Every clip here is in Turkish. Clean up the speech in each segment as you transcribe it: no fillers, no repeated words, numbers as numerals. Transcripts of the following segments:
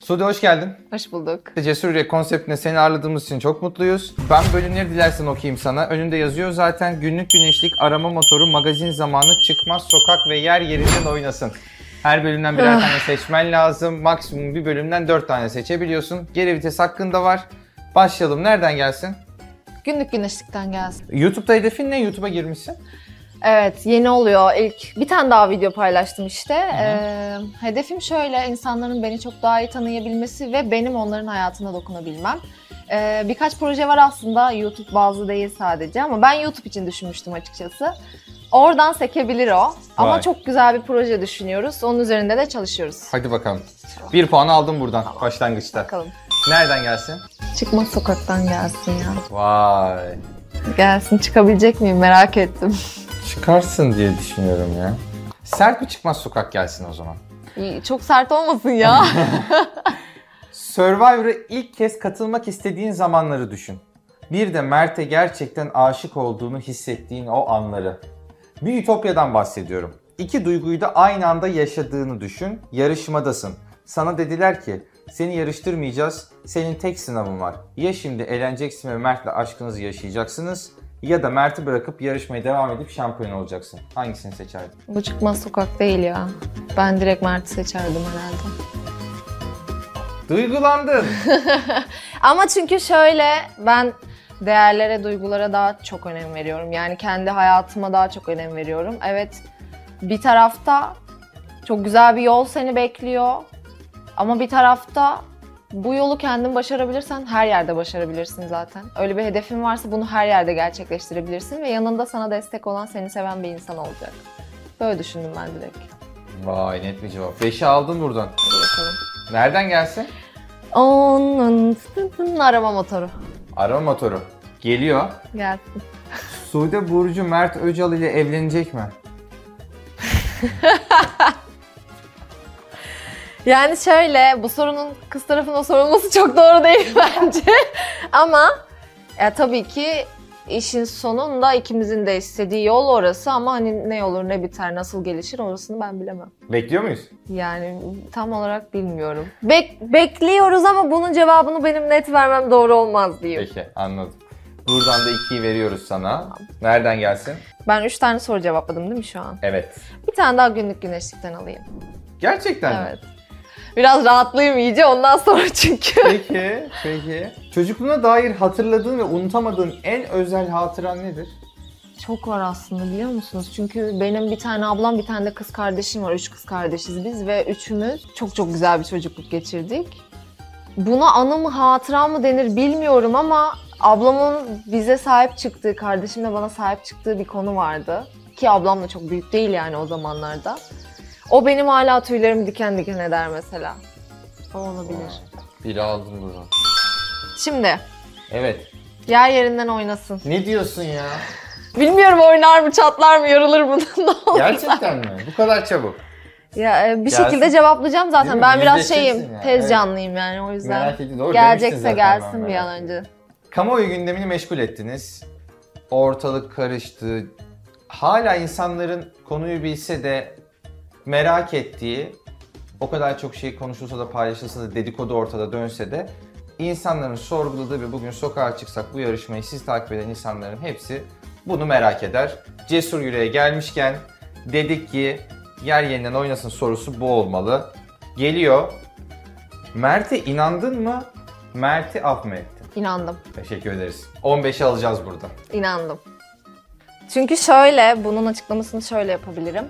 Sude hoş geldin. Hoş bulduk. Cesur Yürek konseptine seni ağırladığımız için çok mutluyuz. Ben bölümleri dilersen okuyayım sana. Önünde yazıyor zaten. Günlük güneşlik arama motoru, magazin zamanı, çıkmaz sokak ve yer yerinden oynasın. Her bölümden birer tane seçmen lazım. Maksimum bir bölümden 4 tane seçebiliyorsun. Geri vites hakkında var. Başlayalım. Nereden gelsin? Günlük güneşlikten gelsin. YouTube'da hedefin ne? YouTube'a girmişsin. Evet, yeni oluyor. İlk bir tane daha video paylaştım işte. Hedefim şöyle, insanların beni çok daha iyi tanıyabilmesi ve benim onların hayatına dokunabilmem. Birkaç proje var aslında, YouTube bazlı değil sadece ama ben YouTube için düşünmüştüm açıkçası. Oradan sekebilir o. Ama Vay. çok güzel bir proje düşünüyoruz. Onun üzerinde de çalışıyoruz. Hadi bakalım. 1 puanı aldım buradan başlangıçta. Bakalım. Nereden gelsin? Çıkmaz sokaktan gelsin ya. Vay. Gelsin, çıkabilecek miyim merak ettim. Çıkarsın diye düşünüyorum ya. Sert mi çıkmaz sokak gelsin o zaman? Çok sert olmasın ya. Survivor'a ilk kez katılmak istediğin zamanları düşün. Bir de Mert'e gerçekten aşık olduğunu hissettiğin o anları. Bir ütopyadan bahsediyorum. İki duyguyu da aynı anda yaşadığını düşün. Yarışmadasın. Sana dediler ki seni yarıştırmayacağız. Senin tek sınavın var. Ya şimdi eğleneceksin ve Mert'le aşkınızı yaşayacaksınız ya da Mert'i bırakıp yarışmaya devam edip şampiyon olacaksın. Hangisini seçerdin? Bu çıkmaz sokak değil ya. Ben direkt Mert'i seçerdim herhalde. Duygulandın. Ama çünkü şöyle, ben değerlere, duygulara daha çok önem veriyorum. Yani kendi hayatıma daha çok önem veriyorum. Evet, bir tarafta çok güzel bir yol seni bekliyor. Ama bir tarafta bu yolu kendin başarabilirsen her yerde başarabilirsin zaten. Öyle bir hedefin varsa bunu her yerde gerçekleştirebilirsin ve yanında sana destek olan, seni seven bir insan olacak. Böyle düşündüm ben direkt. Vay, net bir cevap. 5'i aldın buradan. Hadi bakalım. Nereden gelsin? Onun arama motoru. Arama motoru. Geliyor. Gelsin. Sude Burcu Mert Öcal ile evlenecek mi? Yani şöyle, bu sorunun kız tarafına sorulması çok doğru değil bence. Ama tabii ki işin sonunda ikimizin de istediği yol orası ama hani ne olur ne biter, nasıl gelişir orasını ben bilemem. Bekliyor muyuz? Yani tam olarak bilmiyorum. Bekliyoruz ama bunun cevabını benim net vermem doğru olmaz diyeyim. Peki, anladım. Buradan da 2'yi veriyoruz sana. Nereden gelsin? Ben 3 tane soru cevapladım değil mi şu an? Evet. Bir tane daha günlük güneşlikten alayım. Gerçekten mi? Evet. Biraz rahatlayayım iyice ondan sonra çünkü. Peki. Çocukluğuna dair hatırladığın ve unutamadığın en özel hatıran nedir? Çok var aslında biliyor musunuz? Çünkü benim bir tane ablam, bir tane de kız kardeşim var. 3 kız kardeşiz biz ve üçümüz çok güzel bir çocukluk geçirdik. Buna anı mı, hatıra mı denir bilmiyorum ama ablamın bize sahip çıktığı, kardeşimle bana sahip çıktığı bir konu vardı. Ki ablam da çok büyük değil yani o zamanlarda. O benim hala tüylerimi diken diken eder mesela. O olabilir. Biri aldın buradan. Şimdi, Evet. yer yerinden oynasın. Ne diyorsun ya? Bilmiyorum oynar mı, çatlar mı, yorulur mu, ne olur. Gerçekten mi? Bu kadar çabuk. Ya bir Gelsin. şekilde cevaplayacağım Değil zaten. mi? Ben biraz Yüzleşeceksin şeyim, yani. tez Evet. canlıyım yani o yüzden. Merak ediyorum. Doğru, Gelecekse demiştin zaten, gelsin ben bir an merak önce. Kamuoyu gündemini meşgul ettiniz. Ortalık karıştı. Hala insanların konuyu bilse de merak ettiği, o kadar çok şey konuşulsa da paylaşılsa da dedikodu ortada dönse de insanların sorguladığı ve bugün sokağa çıksak bu yarışmayı siz takip eden insanların hepsi bunu merak eder. Cesur Yüreğe gelmişken dedik ki yer yerinden oynasın sorusu bu olmalı. Geliyor. Mert'e inandın mı? Mert'i af mı ettin? İnandım. Teşekkür ederiz. 15'i alacağız burada. İnandım. Çünkü şöyle, bunun açıklamasını şöyle yapabilirim.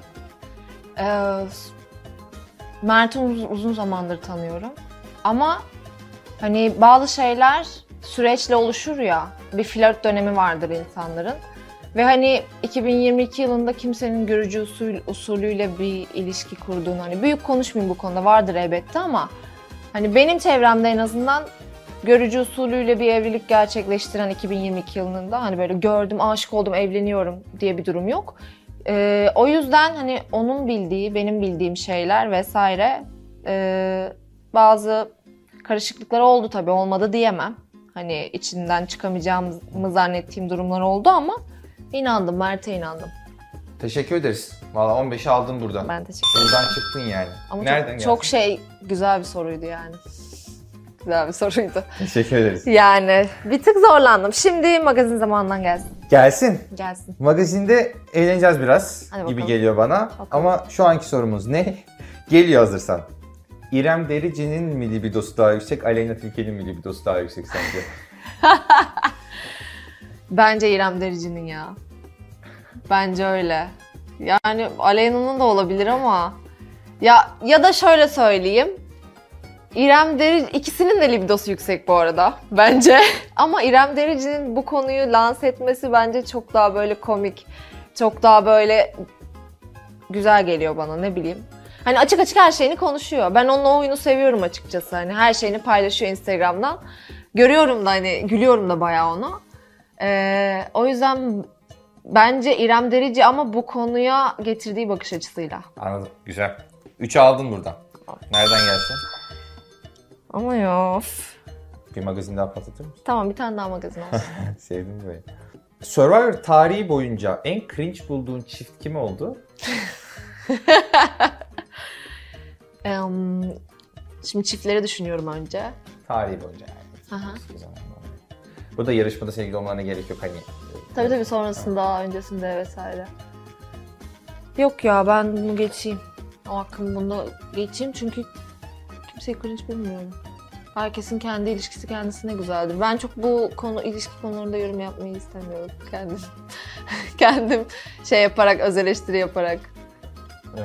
Mert'i uzun zamandır tanıyorum. Ama hani bazı şeyler süreçle oluşur ya, bir flört dönemi vardır insanların. Ve hani 2022 yılında kimsenin görücü usulüyle bir ilişki kurduğunu, hani büyük konuşmayayım bu konuda, vardır elbette ama hani benim çevremde en azından görücü usulüyle bir evlilik gerçekleştiren 2022 yılında hani böyle gördüm, aşık oldum, evleniyorum diye bir durum yok. O yüzden hani onun bildiği, benim bildiğim şeyler vesaire bazı karışıklıklar oldu tabii, olmadı diyemem. Hani içinden çıkamayacağımı zannettiğim durumlar oldu ama inandım, Mert'e inandım. Teşekkür ederiz. Valla 15'i aldın buradan. Ben teşekkür ederim. Buradan çıktın yani. Ama Nereden çok geldin? güzel bir soruydu yani. Güzel bir soruydu. Teşekkür ederiz. Yani bir tık zorlandım. Şimdi magazin zamanından gelsin. Gelsin. Gelsin. Magazinde eğleneceğiz biraz Hadi gibi bakalım. geliyor bana. Bakalım. Ama şu anki sorumuz ne? Geliyor hazırsan. İrem Derici'nin mi libidosu daha yüksek, Aleyna Tilki'nin mi libidosu daha yüksek sence? Bence İrem Derici'nin ya. Bence öyle. Yani Aleyna'nın da olabilir ama ya da şöyle söyleyeyim. İrem Derici ikisinin de libidosu yüksek bu arada bence. Ama İrem Derici'nin bu konuyu lanse etmesi bence çok daha böyle komik. Çok daha böyle güzel geliyor bana, ne bileyim. Hani açık açık her şeyini konuşuyor. Ben onun o oyunu seviyorum açıkçası. Hani her şeyini paylaşıyor Instagram'dan. Görüyorum da hani gülüyorum da bayağı ona. O yüzden bence İrem Derici ama bu konuya getirdiği bakış açısıyla. Anladım. Güzel. 3'ü aldın buradan. Nereden gelsin? Ama ya. Of. Bir magazin daha patlatır mısın? Tamam, bir tane daha magazin olsun. Sevdim böyle. Survivor tarihi boyunca en cringe bulduğun çift kim oldu? Şimdi çiftleri düşünüyorum önce. Tarihi boyunca yani. Aha. Eski zamanlarda. Burada yarışmada sevgili olmalarına gerek yok hani. Tabii sonrasında, öncesinde vesaire. Yok ya, ben bunu geçeyim. O hakkımı bunu geçeyim çünkü kimseyi cringe bilmiyorum. Herkesin kendi ilişkisi kendisine güzeldir. Ben çok bu ilişki konularında yorum yapmayı istemiyorum kendim. Kendim şey yaparak, öz eleştiri yaparak. Ee,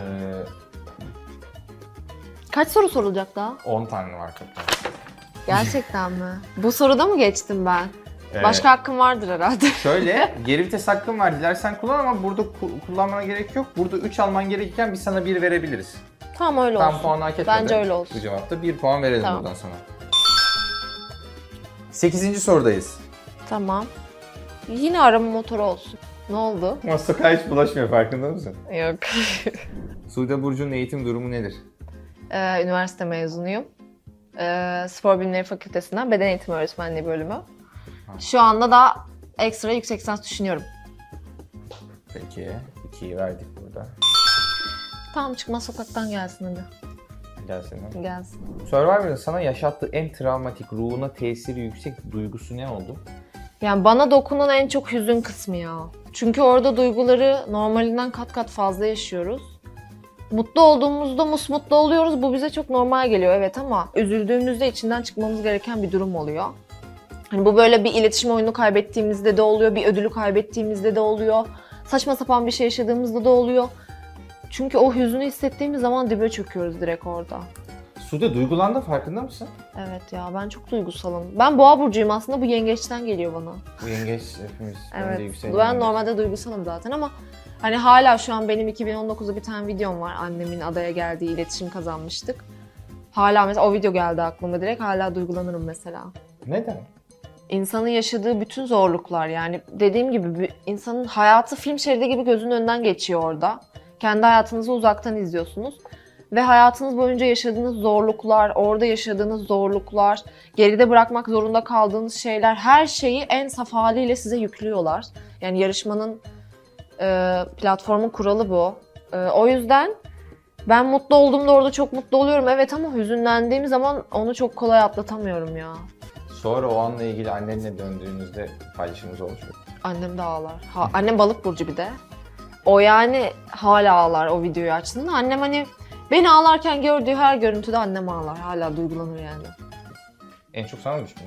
Kaç soru sorulacak daha? 10 tane var toplam. Gerçekten mi? Bu soruda mı geçtim ben? Ee, Başka hakkım vardır herhalde. Şöyle, geri vites hakkın var. Dilersen kullan ama burada kullanmana gerek yok. Burada 3 alman gerekirken biz sana 1 verebiliriz. Tamam, öyle Tam olsun. puanı hak etmeden Bence öyle olsun. bu cevapta 1 puan verelim Tamam. buradan sana. 8. sorudayız. Tamam. Yine arama motoru olsun. Ne oldu? Mustafa hiç bulaşmıyor, farkında mısın? Yok. Sude Burcu'nun eğitim durumu nedir? Üniversite mezunuyum. Spor Bilimleri Fakültesinden Beden Eğitimi Öğretmenliği bölümü. Şu anda da ekstra yüksek lisans düşünüyorum. Peki, 2'yi verdik burada. Tamam, çıkmaz sokaktan gelsin hadi. Gelsin. Gelsin. Survivor'ın sana yaşattığı en travmatik, ruhuna tesiri yüksek duygusu ne oldu? Yani bana dokunan en çok hüzün kısmı ya. Çünkü orada duyguları normalinden kat kat fazla yaşıyoruz. Mutlu olduğumuzda musmutlu oluyoruz. Bu bize çok normal geliyor, evet, ama üzüldüğümüzde içinden çıkmamız gereken bir durum oluyor. Hani bu böyle bir iletişim oyunu kaybettiğimizde de oluyor, bir ödülü kaybettiğimizde de oluyor. Saçma sapan bir şey yaşadığımızda da oluyor. Çünkü o hüznü hissettiğimiz zaman dibe çöküyoruz direkt orada. Sude duygulandı, farkında mısın? Evet ya, ben çok duygusalım. Ben Boğa burcuyum aslında, bu yengeçten geliyor bana. Bu yengeç hepimiz. Evet. Ben normalde duygusalım zaten ama hani hala şu an benim 2019'da bir tane videom var. Annemin adaya geldiği, iletişim kazanmıştık. Hala mesela o video geldi aklıma direkt. Hala duygulanırım mesela. Neden? İnsanın yaşadığı bütün zorluklar, yani dediğim gibi insanın hayatı film şeridi gibi gözünün önünden geçiyor orada. Kendi hayatınızı uzaktan izliyorsunuz. Ve hayatınız boyunca yaşadığınız zorluklar, orada yaşadığınız zorluklar, geride bırakmak zorunda kaldığınız şeyler, her şeyi en saf haliyle size yüklüyorlar. Yani yarışmanın, platformun kuralı bu. O yüzden ben mutlu olduğumda orada çok mutlu oluyorum, evet, ama hüzünlendiğim zaman onu çok kolay atlatamıyorum ya. Sonra o anla ilgili annenle döndüğünüzde paylaşımınız olmuş mu? Annem de ağlar. Annem balık burcu bir de. O yani hala ağlar o videoyu açtığında. Annem hani beni ağlarken gördüğü her görüntüde annem ağlar. Hala duygulanır yani. En çok sana mı düşkün?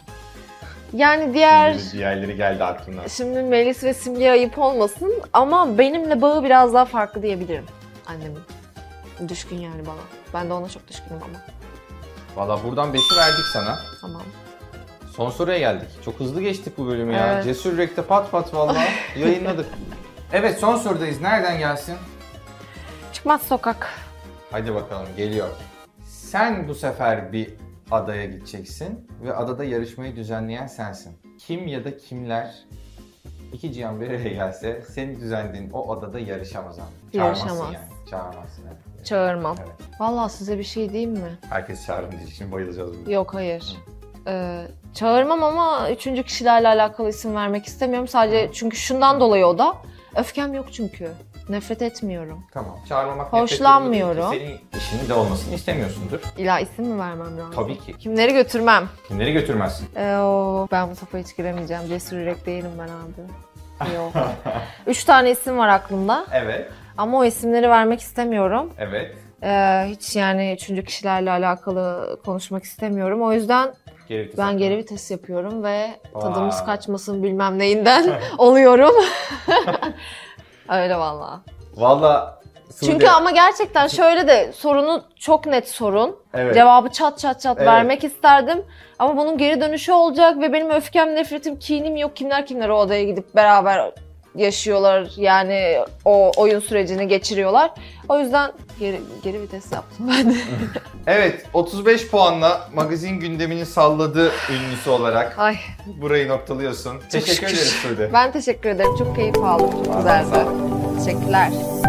Yani Diğerleri geldi aklımdan. Şimdi Melis ve Simge ayıp olmasın ama benimle bağı biraz daha farklı diyebilirim annemin. Düşkün yani bana. Ben de ona çok düşkünüm ama. Valla buradan 5'i verdik sana. Tamam. Son soruya geldik. Çok hızlı geçtik bu bölümü ya. Evet. Cesur Yürek'te pat pat vallahi yayınladık. Evet, son sorudayız. Nereden gelsin? Çıkmaz sokak. Hadi bakalım, geliyor. Sen bu sefer bir adaya gideceksin ve adada yarışmayı düzenleyen sensin. Kim ya da kimler iki cihan bir araya gelse senin düzenlediğin o adada yarışamaz abi. Çağırmazsın Yarışamaz. yani. Çağırmazsın yani. Çağırmam. Evet. Vallahi size bir şey diyeyim mi? Herkes çağırın diyecek. Şimdi bayılacağız burada. Yok, hayır. Çağırmam ama üçüncü kişilerle alakalı isim vermek istemiyorum. Sadece çünkü şundan dolayı o da. Öfkem yok çünkü. Nefret etmiyorum. Tamam. Çağrılmak Hoşlanmıyorum. nefret ediyorum. Senin işinin de olmasını istemiyorsundur. İlla isim mi vermem lazım? Tabii ki. Kimleri götürmem? Kimleri götürmezsin? Ben bu topa hiç giremeyeceğim. Cesur yürek değilim ben abi. Yok. 3 tane isim var aklımda. Evet. Ama o isimleri vermek istemiyorum. Evet. Hiç yani üçüncü kişilerle alakalı konuşmak istemiyorum. O yüzden Geri vites ben atma. geri vites yapıyorum ve Vay. tadımız kaçmasın bilmem neyinden oluyorum. Öyle valla. Valla Çünkü ama gerçekten şöyle de sorunu çok net sorun. Evet. Cevabı çat çat çat Evet. vermek isterdim. Ama bunun geri dönüşü olacak ve benim öfkem, nefretim, kinim yok. Kimler o odaya gidip beraber yaşıyorlar. Yani o oyun sürecini geçiriyorlar. O yüzden geri vites yaptım ben de. Evet, 35 puanla magazin gündemini salladı ünlüsü olarak. Ay, Burayı noktalıyorsun. Teşekkür şükür. ederiz Sude. ben teşekkür ederim. Çok keyif aldım. Çok Vallahi sağ güzeldi. ol. Teşekkürler.